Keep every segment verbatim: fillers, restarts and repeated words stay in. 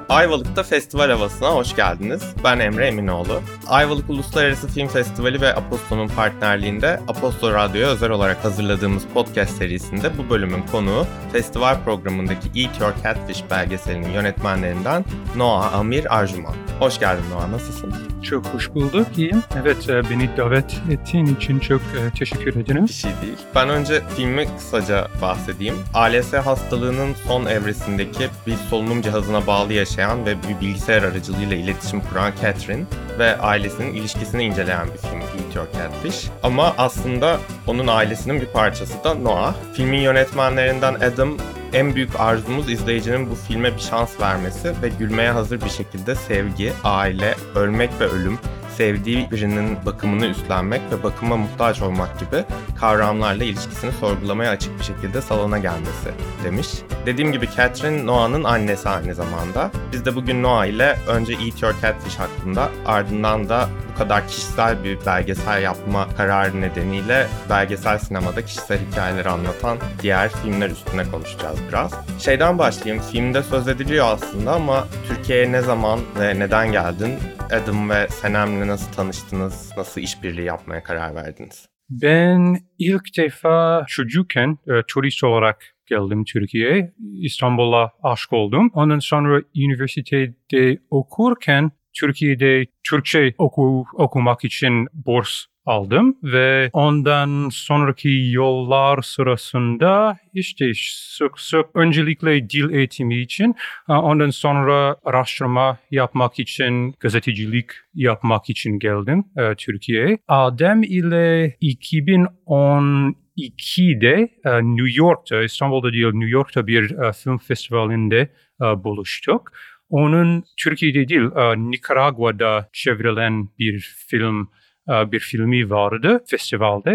Ayvalık'ta festival havasına hoş geldiniz. Ben Emre Eminoğlu. Ayvalık Uluslararası Film Festivali ve Aposto'nun partnerliğinde Aposto Radyo'ya özel olarak hazırladığımız podcast serisinde bu bölümün konuğu festival programındaki Eat Your Catfish belgeselinin yönetmenlerinden Noah Amir Arjuman. Hoş geldin Noah, nasılsın? Çok hoş bulduk, iyiyim. Evet, beni davet ettiğin için çok teşekkür ederim. Bir şey değil. Ben önce filmi kısaca bahsedeyim. A L S hastalığının son evresindeki bir solunum cihazına bağlı yaşayan ve bir bilgisayar aracılığıyla iletişim kuran Catherine ve ailesinin ilişkisini inceleyen bir film Eat Your Catfish. Ama aslında onun ailesinin bir parçası da Noah. Filmin yönetmenlerinden Adam, en büyük arzumuz izleyicinin bu filme bir şans vermesi ve gülmeye hazır bir şekilde sevgi, aile, ölmek ve ölüm, sevdiği birinin bakımını üstlenmek ve bakıma muhtaç olmak gibi kavramlarla ilişkisini sorgulamaya açık bir şekilde salona gelmesi demiş. Dediğim gibi Catherine Noah'nın annesi aynı zamanda. Biz de bugün Noah ile önce Eat Your Catfish hakkında, ardından da bu kadar kişisel bir belgesel yapma kararı nedeniyle belgesel sinemada kişisel hikayeleri anlatan diğer filmler üstüne konuşacağız biraz. Şeyden başlayayım, filmde söz ediliyor aslında ama Türkiye'ye ne zaman ve neden geldin? Adam ve Senem'le nasıl tanıştınız? Nasıl işbirliği yapmaya karar verdiniz? Ben ilk defa çocukken e, turist olarak geldim Türkiye'ye. İstanbul'a aşık oldum. Ondan sonra üniversitede okurken Türkiye'de Türkçe oku, okumak için burs aldım ve ondan sonraki yollar sırasında işte sık sık öncelikle dil eğitimi için, ondan sonra araştırma yapmak için, gazetecilik yapmak için geldim e, Türkiye'ye. Adem ile iki bin on ikide e, New York'ta, İstanbul'da değil New York'ta bir e, film festivalinde e, buluştuk. Onun Türkiye'de değil, e, Nikaragua'da çevrilen bir film bir filmi vardı festivalde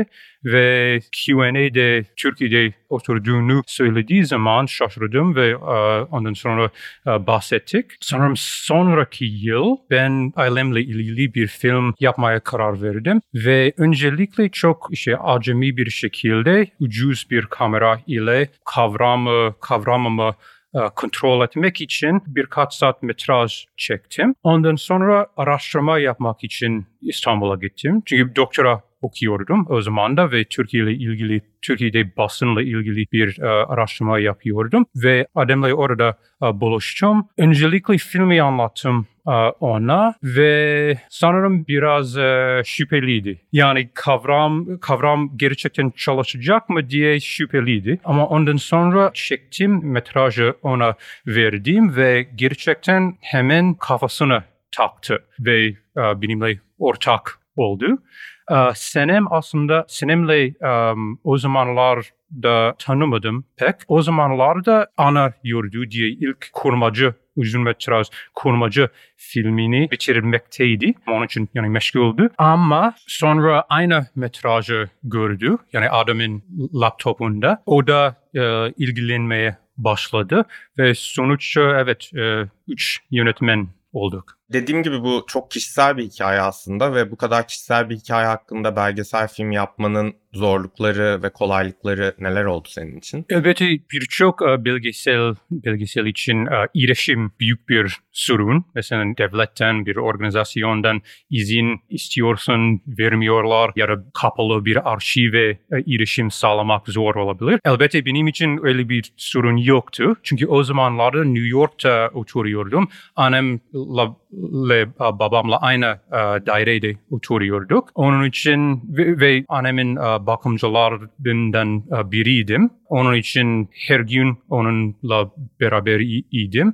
ve Q and A'de Türkiye'de oturduğunu söylediği zaman şaşırdım ve uh, ondan sonra uh, bahsettik. Sanırım sonraki yıl ben ailemle ilgili bir film yapmaya karar verdim ve öncelikle çok işte acemi bir şekilde ucuz bir kamera ile kavramı, kavramımı kontrol etmek için birkaç saat metraj çektim. Ondan sonra araştırma yapmak için İstanbul'a gittim. Çünkü doktora okuyordum o zaman da ve Türkiye ile ilgili, Türkiye'de basınla ilgili bir uh, araştırma yapıyordum. Ve Adem'le orada uh, buluştum. Öncelikle filmi anlattım uh, ona ve sanırım biraz uh, şüpheliydi. Yani kavram kavram gerçekten çalışacak mı diye şüpheliydi. Ama ondan sonra çektim, metrajı ona verdim ve gerçekten hemen kafasına taktı ve uh, benimle ortak oldu. Uh, Senem aslında Senem'le um, o zamanlarda tanımadım pek. O zamanlarda Ana Yurdu diye ilk kurmacı, uzun metraj kurmacı filmini bitirmekteydi. Onun için yani meşguldü. Ama sonra aynı metrajı gördü. Yani adamın laptopunda. O da uh, ilgilenmeye başladı. Ve sonuçta evet uh, üç yönetmen olduk. Dediğim gibi bu çok kişisel bir hikaye aslında ve bu kadar kişisel bir hikaye hakkında belgesel film yapmanın zorlukları ve kolaylıkları neler oldu senin için? Elbette birçok uh, belgesel belgesel için uh, iletişim büyük bir sorun. Mesela devletten, bir organizasyondan izin istiyorsun, vermiyorlar ya da kapalı bir arşive uh, iletişim sağlamak zor olabilir. Elbette benim için öyle bir sorun yoktu. Çünkü o zamanlarda New York'ta oturuyordum. Annemle ve babamla aynı uh, dairede oturuyorduk. Onun için ve, ve annemin uh, bakımcılarından uh, biriydim. Onun için her gün onunla beraber iyiydim.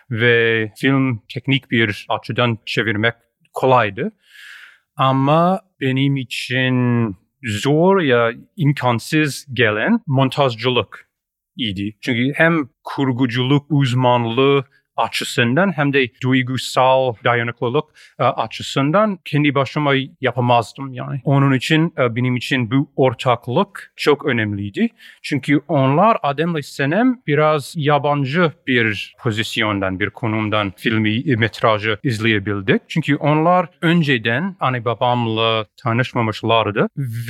Ve film teknik bir açıdan çevirmek kolaydı. Ama benim için zor ya imkansız gelen montajcılık idi. Çünkü hem kurguculuk uzmanlığı açısından hem de duygusal dayanıklılık uh, açısından kendi başıma yapamazdım yani. Onun için uh, benim için bu ortaklık çok önemliydi. Çünkü onlar Adem'le Senem biraz yabancı bir pozisyondan, bir konumdan filmi, metrajı izleyebildik. Çünkü onlar önceden anne babamla tanışmamışlardı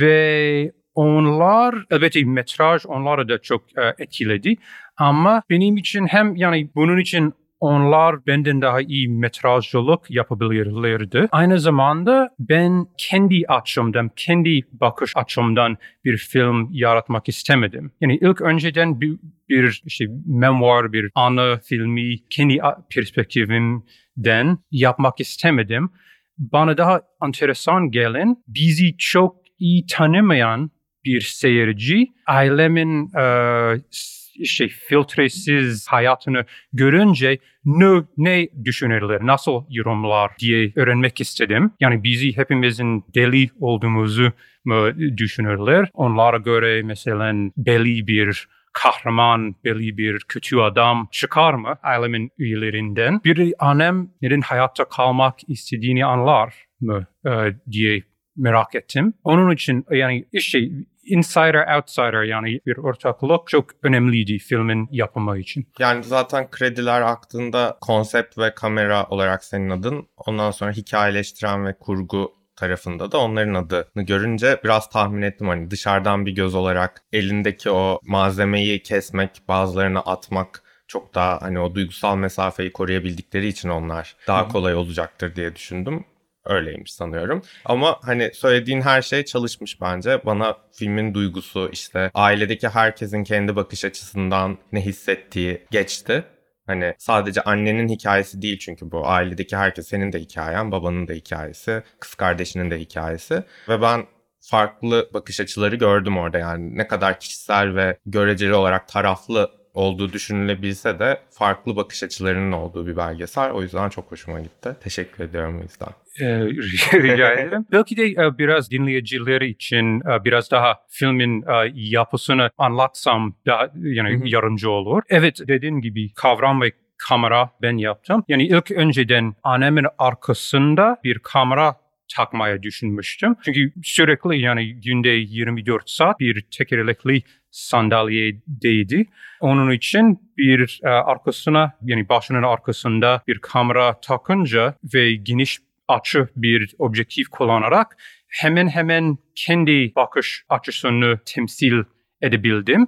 ve onlar elbette metraj onları da çok uh, etkiledi. Ama benim için hem yani bunun için onlar benden daha iyi metrajcılık yapabilirlerdi. Aynı zamanda ben kendi açımdan, kendi bakış açımdan bir film yaratmak istemedim. Yani ilk önceden bir, bir işte memoir, bir anı filmi kendi perspektifimden yapmak istemedim. Bana daha enteresan gelen, bizi çok iyi tanımayan bir seyirci, ailemin e, şey filtresiz hayatını görünce ne, ne düşünürler, nasıl yorumlar diye öğrenmek istedim. Yani bizi hepimizin deli olduğumuzu mu düşünürler? Onlara göre mesela belli bir kahraman, belli bir kötü adam çıkar mı ailemin üyelerinden? Bir annem neden hayatta kalmak istediğini anlar mı e, diye merak ettim. Onun için yani işte insider outsider yani bir ortaklık çok önemliydi filmin yapımı için. Yani zaten krediler aktığında konsept ve kamera olarak senin adın, ondan sonra hikayeleştiren ve kurgu tarafında da onların adını görünce biraz tahmin ettim, hani dışarıdan bir göz olarak elindeki o malzemeyi kesmek, bazılarına atmak çok daha hani o duygusal mesafeyi koruyabildikleri için onlar daha kolay olacaktır diye düşündüm. Öyleymiş sanıyorum. Ama hani söylediğin her şey çalışmış bence. Bana filmin duygusu, işte ailedeki herkesin kendi bakış açısından ne hissettiği geçti. Hani sadece annenin hikayesi değil, çünkü bu ailedeki herkes, senin de hikayen, babanın da hikayesi, kız kardeşinin de hikayesi. Ve ben farklı bakış açıları gördüm orada, yani ne kadar kişisel ve göreceli olarak taraflı olduğu düşünülebilse de farklı bakış açılarının olduğu bir belgesel. O yüzden çok hoşuma gitti. Teşekkür ediyorum o yüzden. Ee, rica ederim. Belki de e, biraz dinleyicileri için e, biraz daha filmin e, yapısını anlatsam daha yani Hı-hı. yardımcı olur. Evet, dediğin gibi kavram ve kamera ben yaptım. Yani ilk önceden annemin arkasında bir kamera takmaya düşünmüştüm. Çünkü sürekli yani günde yirmi dört saat bir tekerlekli sandalyedeydi. Onun için bir e, arkasına yani başının arkasında bir kamera takınca ve geniş açı bir objektif kullanarak hemen hemen kendi bakış açısını temsil edebildim.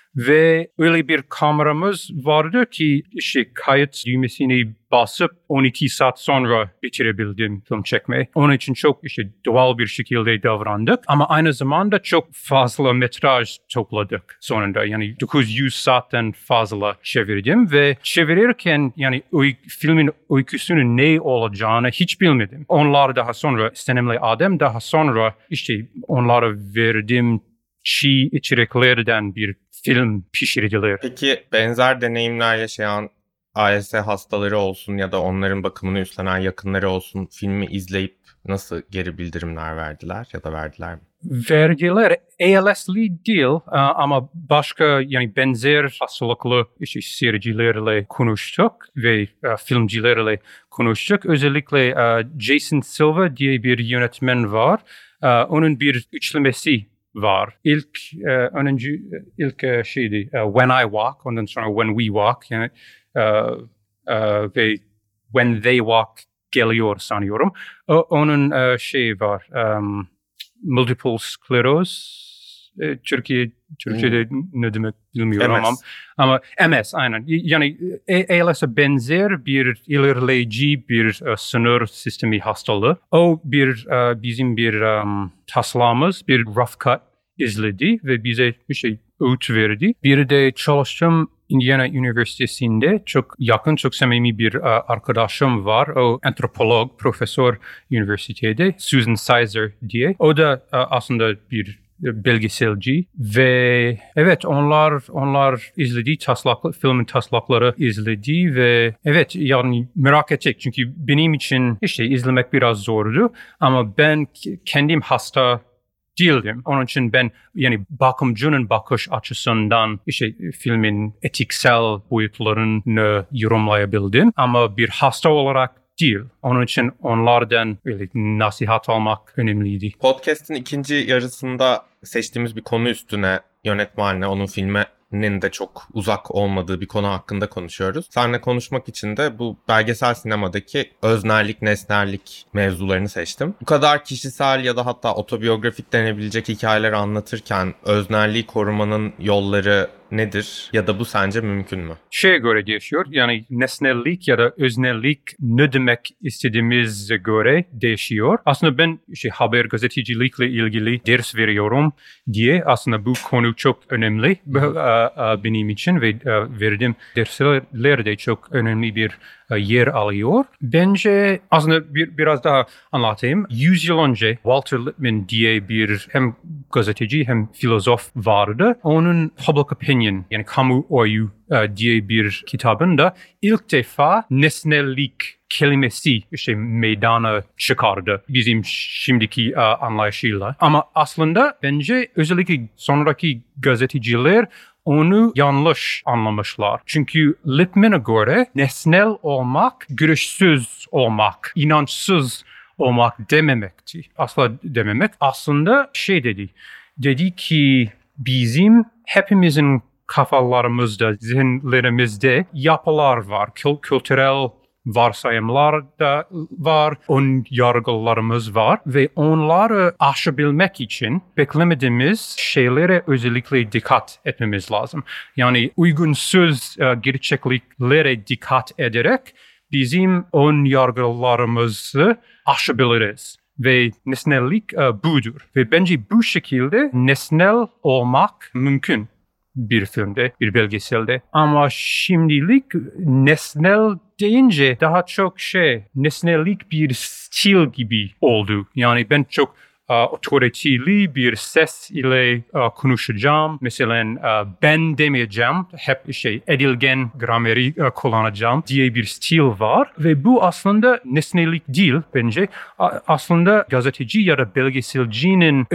Ve öyle bir kameramız vardı ki işte kayıt düğmesini basıp on iki saat sonra bitirebildim film çekmeyi. Onun için çok işte doğal bir şekilde davrandık. Ama aynı zamanda çok fazla metraj topladık sonunda. Yani dokuz yüz saatten fazla çevirdim ve çevirirken yani uy- filmin öyküsünün ne olacağını hiç bilmedim. Onlar daha sonra, Senem'le Adem daha sonra işte onlara verdiğim çiğ içeriklerden bir film pişiriciler. Peki benzer deneyimler yaşayan A L S hastaları olsun ya da onların bakımını üstlenen yakınları olsun filmi izleyip nasıl geri bildirimler verdiler ya da verdiler mi? Verdiler. A L S'li değil ama başka yani benzer hastalıklı işte seyircilerle konuştuk ve filmcilerle konuştuk. Özellikle Jason Silva diye bir yönetmen var. Onun bir üçlemesi var. İlk e, önce ilk e, şeydi uh, When I Walk, ondan sonra When We Walk yani uh, uh, ve When They Walk geliyor sanıyorum. O, onun uh, şey var. Um, multiple sclerosis. E, Türkiye Türkçe'de hmm. ne demek bilmiyorum ama ama M S aynen. Yani A L S'e benzer bir ilerleyici bir uh, sınır sistemi hastalığı. O bir uh, bizim bir um, taslağımız, bir rough cut izledi ve bize bir şey öğüt verdi. Bir de çalıştım Indiana Üniversitesi'nde çok yakın, çok samimi bir uh, arkadaşım var. O antropolog, profesör üniversitede, Susan Sizer diye. O da uh, aslında bir belgeselci ve evet onlar onlar izledi taslaklı filmin taslakları izledi ve evet yani merak edecek çünkü benim için işte izlemek biraz zordu ama ben kendim hasta değildim. Onun için ben yani bakımcının bakış açısından işte filmin etiksel boyutlarını yorumlayabildim ama bir hasta olarak değil. Onun için onlardan böyle nasihat almak önemliydi. Podcast'in ikinci yarısında seçtiğimiz bir konu üstüne yönetmenle, onun filminin de çok uzak olmadığı bir konu hakkında konuşuyoruz. Seninle konuşmak için de bu belgesel sinemadaki öznellik, nesnellik mevzularını seçtim. Bu kadar kişisel ya da hatta otobiyografik denebilecek hikayeler anlatırken öznelliği korumanın yolları nedir ya da bu sence mümkün mü? Şeye göre değişiyor. Yani nesnellik ya da öznellik ne demek istediğimize göre değişiyor. Aslında ben işte haber gazetecilikle ilgili ders veriyorum diye aslında bu konu çok önemli benim için ve verdiğim dersler de çok önemli bir yer alıyor. Bence aslında bir, biraz daha anlatayım. Yüz yıl önce Walter Lippmann diye bir hem gazeteci hem filozof vardı. Onun Public Opinion yani kamuoyu diye bir kitabında ilk defa nesnellik kelimesi işte meydana çıkardı bizim şimdiki uh, anlayışıyla. Ama aslında bence özellikle sonraki gazeteciler onu yanlış anlamışlar. Çünkü Lippmann'a göre nesnel olmak, görüşsüz olmak, inançsız olmak dememekti. Asla dememek. Aslında şey dedi. Dedi ki bizim hepimizin kafalarımızda, zihinlerimizde yapılar var. Kül- kültürel varsayımlar da var, ön yargılarımız var ve onları aşabilmek için beklemediğimiz şeylere özellikle dikkat etmemiz lazım. Yani uygunsuz uh, gerçekliklere dikkat ederek bizim ön yargılarımızı aşabiliriz. Ve nesnellik uh, budur. Ve bence bu şekilde nesnel olmak mümkün bir filmde, bir belgeselde. Ama şimdilik nesnel deyince daha çok şey, nesnellik bir stil gibi oldu. Yani ben çok uh, otoriteli bir ses ile uh, konuşacağım. Mesela uh, ben demeyeceğim, hep şey edilgen grameri uh, kullanacağım diye bir stil var. Ve bu aslında nesnelik değil bence. A- aslında gazeteci ya da belgeselcinin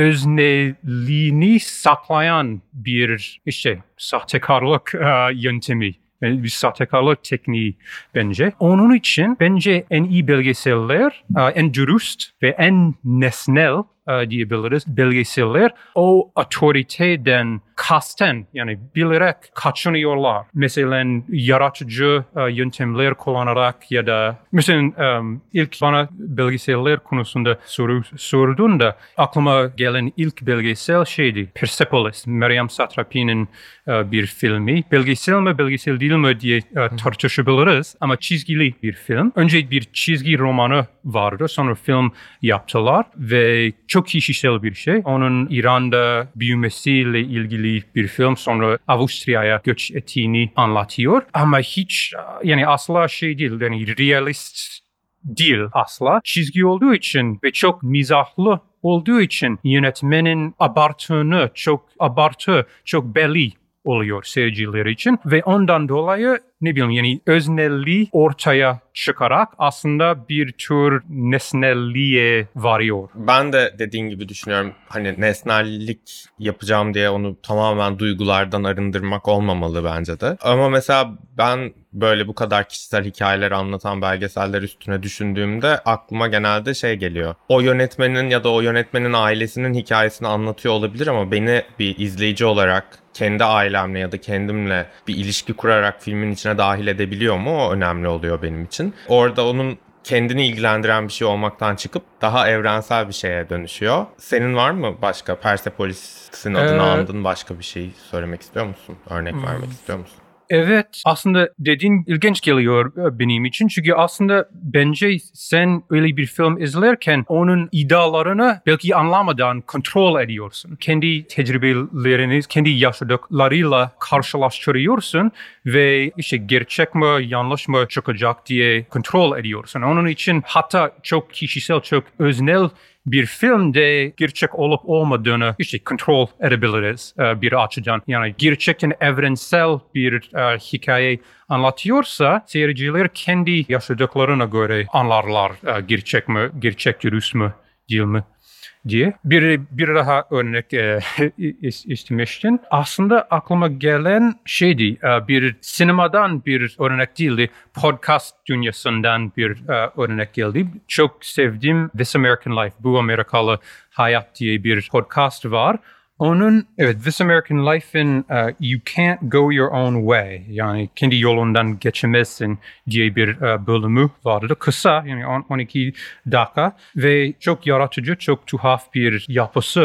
özneliğini saklayan bir işte sahtekarlık uh, yöntemi. Yani bir sahtekarlık tekniği bence. Onun için bence en iyi belgeseller, uh, en dürüst ve en nesnel uh, diyebiliriz belgeseller o otoriteden kasten yani bilerek kaçınıyorlar. Mesela yaratıcı uh, yöntemler kullanarak ya da mesela um, ilk bana belgeseller konusunda soru sorduğunda aklıma gelen ilk belgesel şeydi. Persepolis, Meryem Satrapi'nin uh, bir filmi. Belgesel mi belgesel değil mi diye uh, tartışabiliriz ama çizgili bir film. Önce bir çizgi romanı vardı. Sonra film yaptılar ve çok kişisel bir şey. Onun İran'da büyümesiyle ilgili bir film. Sonra Avusturya'ya göç ettiğini anlatıyor. Ama hiç yani asla şey değil. Yani realist değil asla. Çizgi olduğu için ve çok mizahlı olduğu için yönetmenin abarttığını, çok abartı, çok belli oluyor seyirciler için ve ondan dolayı ne bileyim yani öznelliği ortaya çıkarak aslında bir tür nesnelliğe varıyor. Ben de dediğin gibi düşünüyorum. Hani nesnellik yapacağım diye onu tamamen duygulardan arındırmak olmamalı bence de. Ama mesela ben böyle bu kadar kişisel hikayeler anlatan belgeseller üstüne düşündüğümde aklıma genelde şey geliyor. O yönetmenin ya da o yönetmenin ailesinin hikayesini anlatıyor olabilir ama beni bir izleyici olarak kendi ailemle ya da kendimle bir ilişki kurarak filmin içine dahil edebiliyor mu? O önemli oluyor benim için. Orada onun kendini ilgilendiren bir şey olmaktan çıkıp daha evrensel bir şeye dönüşüyor. Senin var mı başka Persepolis'in adını ee, andın başka bir şey söylemek istiyor musun? Örnek hmm. vermek istiyor musun? Evet, aslında dediğin ilginç geliyor benim için. Çünkü aslında bence sen öyle bir film izlerken onun iddialarını belki anlamadan kontrol ediyorsun. Kendi tecrübelerini, kendi yaşadıklarıyla karşılaştırıyorsun ve işte gerçek mi, yanlış mı çıkacak diye kontrol ediyorsun. Onun için hatta çok kişisel, çok öznel bir filmde gerçek olup olmadığını işte kontrol edebiliriz uh, bir açıdan. Yani gerçekten evrensel bir uh, hikaye anlatıyorsa seyirciler kendi yaşadıklarına göre anlarlar uh, gerçek mi, gerçek dürüst mü, değil mi diye. Bir, bir daha örnek e, istemiştin. Aslında aklıma gelen şeydi, e, bir sinemadan bir örnek değildi, podcast dünyasından bir e, örnek geldi. Çok sevdiğim This American Life, Bu Amerikalı Hayat diye bir podcast var. Onun, evet, This American Life'in uh, You Can't Go Your Own Way, yani kendi yolundan geçemezsin diye bir uh, bölümü vardı. Kısa, yani on iki dakika ve çok yaratıcı, çok tuhaf bir yapısı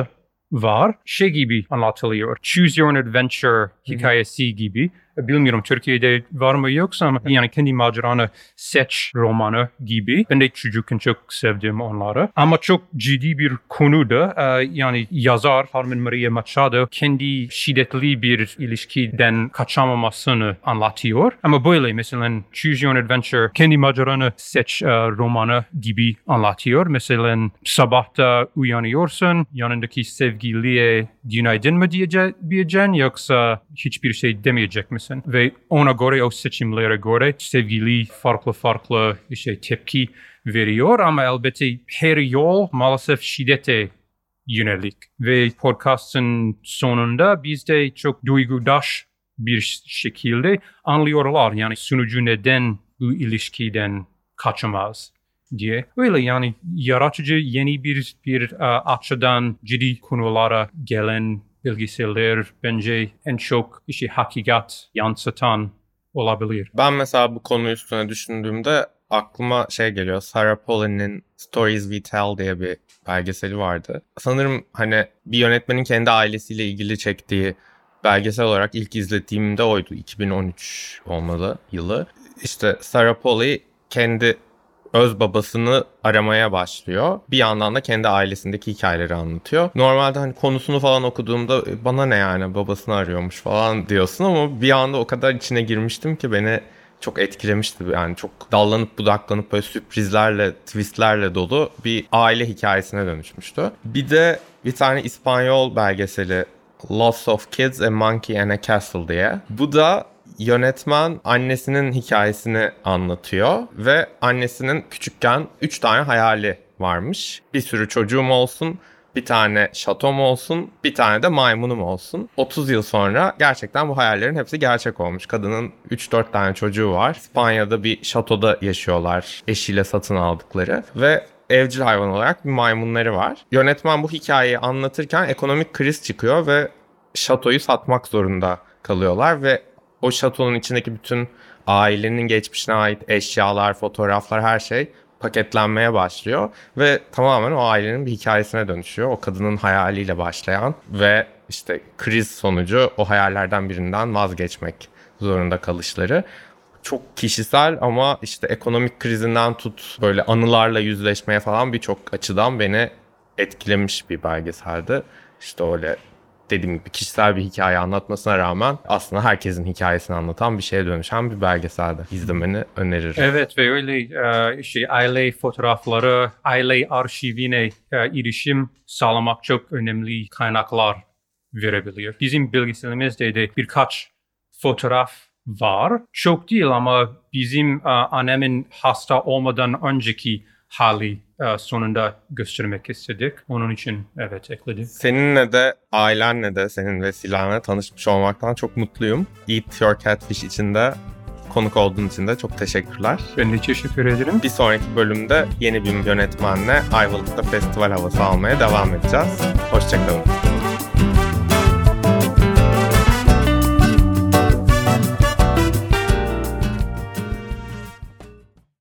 var. Şey gibi anlatılıyor. Choose Your Own Adventure hikayesi gibi. Bilmiyorum Türkiye'de var mı yoksa ama yani kendi maceranı seç romanı gibi. Ben de çocukken çok sevdim onları. Ama çok ciddi bir konuda e, yani yazar Carmen Maria Machado kendi şiddetli bir ilişkiden kaçamamasını anlatıyor. Ama böyle mesela Choose Your Own Adventure kendi maceranı seç e, romanı gibi anlatıyor. Mesela sabahta uyanıyorsun, yanındaki sevgiliye günaydın mı diyeceksin yoksa hiçbir şey demeyecek misin? Ve ona göre o seçimlere göre sevgili farklı farklı işte tepki veriyor ama elbette her yol maalesef şiddete yönelik. Ve podcastın sonunda biz de çok duygudaş bir şekilde anlıyorlar yani sunucu neden bu ilişkiden kaçamaz diye. Öyle yani yaratıcı yeni bir bir uh, açıdan ciddi konulara gelen belgeseller bence en çok işi hakikat yansıtan olabilir. Ben mesela bu konu üstüne düşündüğümde aklıma şey geliyor. Sarah Polley'nin Stories We Tell diye bir belgeseli vardı. Sanırım hani bir yönetmenin kendi ailesiyle ilgili çektiği belgesel olarak ilk izlediğimde oydu. iki bin on üç olmalı yılı. İşte Sarah Polley kendi öz babasını aramaya başlıyor. Bir yandan da kendi ailesindeki hikayeleri anlatıyor. Normalde hani konusunu falan okuduğumda bana ne yani babasını arıyormuş falan diyorsun ama bir anda o kadar içine girmiştim ki beni çok etkilemişti. Yani çok dallanıp budaklanıp böyle sürprizlerle, twistlerle dolu bir aile hikayesine dönüşmüştü. Bir de bir tane İspanyol belgeseli Loss of Kids, A Monkey and a Castle diye. Bu da yönetmen annesinin hikayesini anlatıyor ve annesinin küçükken üç tane hayali varmış. Bir sürü çocuğum olsun, bir tane şatom olsun, bir tane de maymunum olsun. otuz yıl sonra gerçekten bu hayallerin hepsi gerçek olmuş. Kadının üç dört tane çocuğu var. İspanya'da bir şatoda yaşıyorlar eşiyle satın aldıkları ve evcil hayvan olarak bir maymunları var. Yönetmen bu hikayeyi anlatırken ekonomik kriz çıkıyor ve şatoyu satmak zorunda kalıyorlar ve o şatonun içindeki bütün ailenin geçmişine ait eşyalar, fotoğraflar, her şey paketlenmeye başlıyor. Ve tamamen o ailenin bir hikayesine dönüşüyor. O kadının hayaliyle başlayan ve işte kriz sonucu o hayallerden birinden vazgeçmek zorunda kalışları. Çok kişisel ama işte ekonomik krizinden tut böyle anılarla yüzleşmeye falan birçok açıdan beni etkilemiş bir belgeseldi. İşte öyle dediğim gibi kişisel bir hikaye anlatmasına rağmen aslında herkesin hikayesini anlatan bir şeye dönüşen bir belgeseldi. İzlemeni öneririm. Evet ve öyle e, işte aile fotoğrafları, aile arşivine e, erişim sağlamak çok önemli kaynaklar verebiliyor. Bizim belgeselimizde de birkaç fotoğraf var. Çok değil ama bizim e, annemin hasta olmadan önceki hali e, sonunda göstermek istedik. Onun için evet ekledim. Seninle de ailenle de senin vesilenle tanışmış olmaktan çok mutluyum. Eat Your Catfish için de konuk olduğun için de çok teşekkürler. Ben de teşekkür ederim. Bir sonraki bölümde yeni bir yönetmenle Ayvalık'ta festival havası almaya devam edeceğiz. Hoşçakalın.